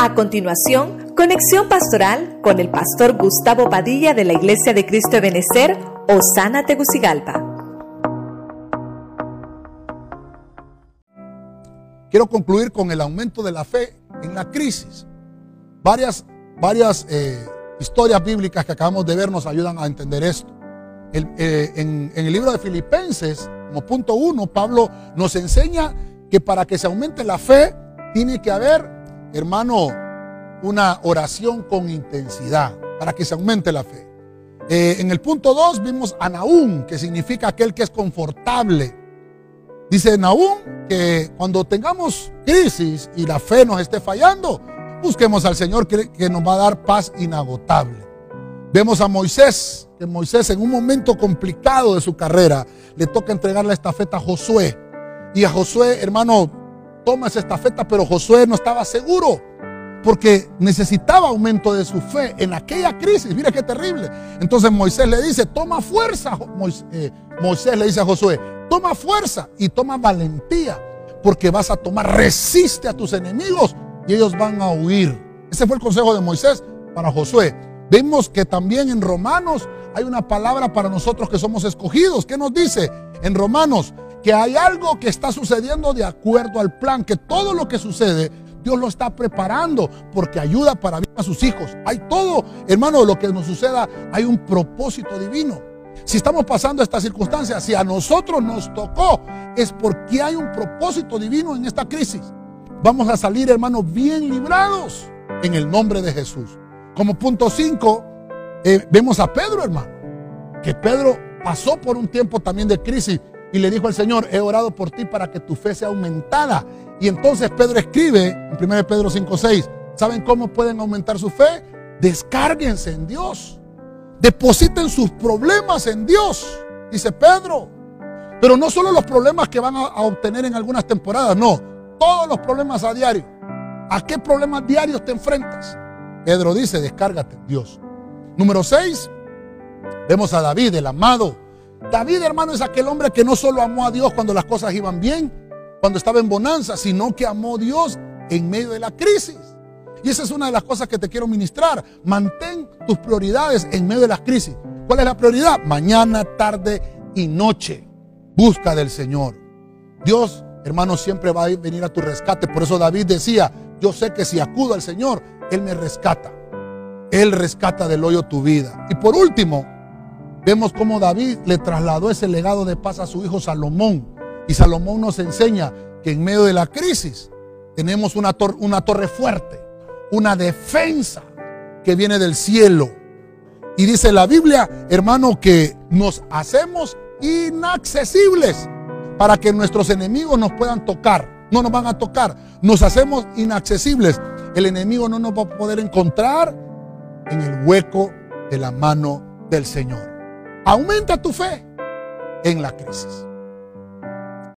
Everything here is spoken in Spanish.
A continuación, conexión pastoral con el pastor Gustavo Padilla de la Iglesia de Cristo de Benecer, Osana, Tegucigalpa. Quiero concluir con el aumento de la fe en la crisis. Varias historias bíblicas que acabamos de ver nos ayudan a entender esto. En el libro de Filipenses, como punto 1, Pablo nos enseña que para que se aumente la fe, tiene que haber, hermano, una oración con intensidad, para que se aumente la fe. En el punto 2 vimos a Nahum, que significa aquel que es confortable. Dice Nahum que cuando tengamos crisis y la fe nos esté fallando, busquemos al Señor que nos va a dar paz inagotable. Vemos a Moisés, que Moisés en un momento complicado de su carrera le toca entregar la estafeta a Josué. Y a Josué, hermano, toma esa estafeta, pero Josué no estaba seguro porque necesitaba aumento de su fe en aquella crisis. Mira qué terrible. Entonces Moisés le dice, toma fuerza. Moisés le dice a Josué, toma fuerza y toma valentía, porque vas a resiste a tus enemigos y ellos van a huir. Ese fue el consejo de Moisés para Josué. Vemos que también en Romanos hay una palabra para nosotros que somos escogidos. ¿Qué nos dice en Romanos? Que hay algo que está sucediendo de acuerdo al plan, que todo lo que sucede Dios lo está preparando porque ayuda para bien a sus hijos. Hay todo, hermano, lo que nos suceda, hay un propósito divino. Si estamos pasando estas circunstancias, si a nosotros nos tocó, es porque hay un propósito divino en esta crisis. Vamos a salir, hermanos, bien librados en el nombre de Jesús. Como punto 5, vemos a Pedro, hermano, que Pedro pasó por un tiempo también de crisis y le dijo al Señor, he orado por ti para que tu fe sea aumentada. Y entonces Pedro escribe en 1 Pedro 5:6, ¿saben cómo pueden aumentar su fe? Descárguense en Dios. Depositen sus problemas en Dios, dice Pedro. Pero no solo los problemas que van a obtener en algunas temporadas, no. Todos los problemas a diario. ¿A qué problemas diarios te enfrentas? Pedro dice, descárgate en Dios. Número 6, vemos a David, el amado. David, hermano, es aquel hombre que no solo amó a Dios cuando las cosas iban bien, cuando estaba en bonanza, sino que amó a Dios en medio de la crisis. Y esa es una de las cosas que te quiero ministrar. Mantén tus prioridades en medio de las crisis. ¿Cuál es la prioridad? Mañana, tarde y noche. Busca del Señor. Dios, hermano, siempre va a venir a tu rescate. Por eso David decía, yo sé que si acudo al Señor, Él me rescata. Él rescata del hoyo tu vida. Y por último, vemos cómo David le trasladó ese legado de paz a su hijo Salomón. Y Salomón nos enseña que en medio de la crisis tenemos una torre fuerte, una defensa que viene del cielo. Y dice la Biblia, hermano, que nos hacemos inaccesibles para que nuestros enemigos nos puedan tocar. No nos van a tocar, nos hacemos inaccesibles. El enemigo no nos va a poder encontrar en el hueco de la mano del Señor. Aumenta tu fe en la crisis.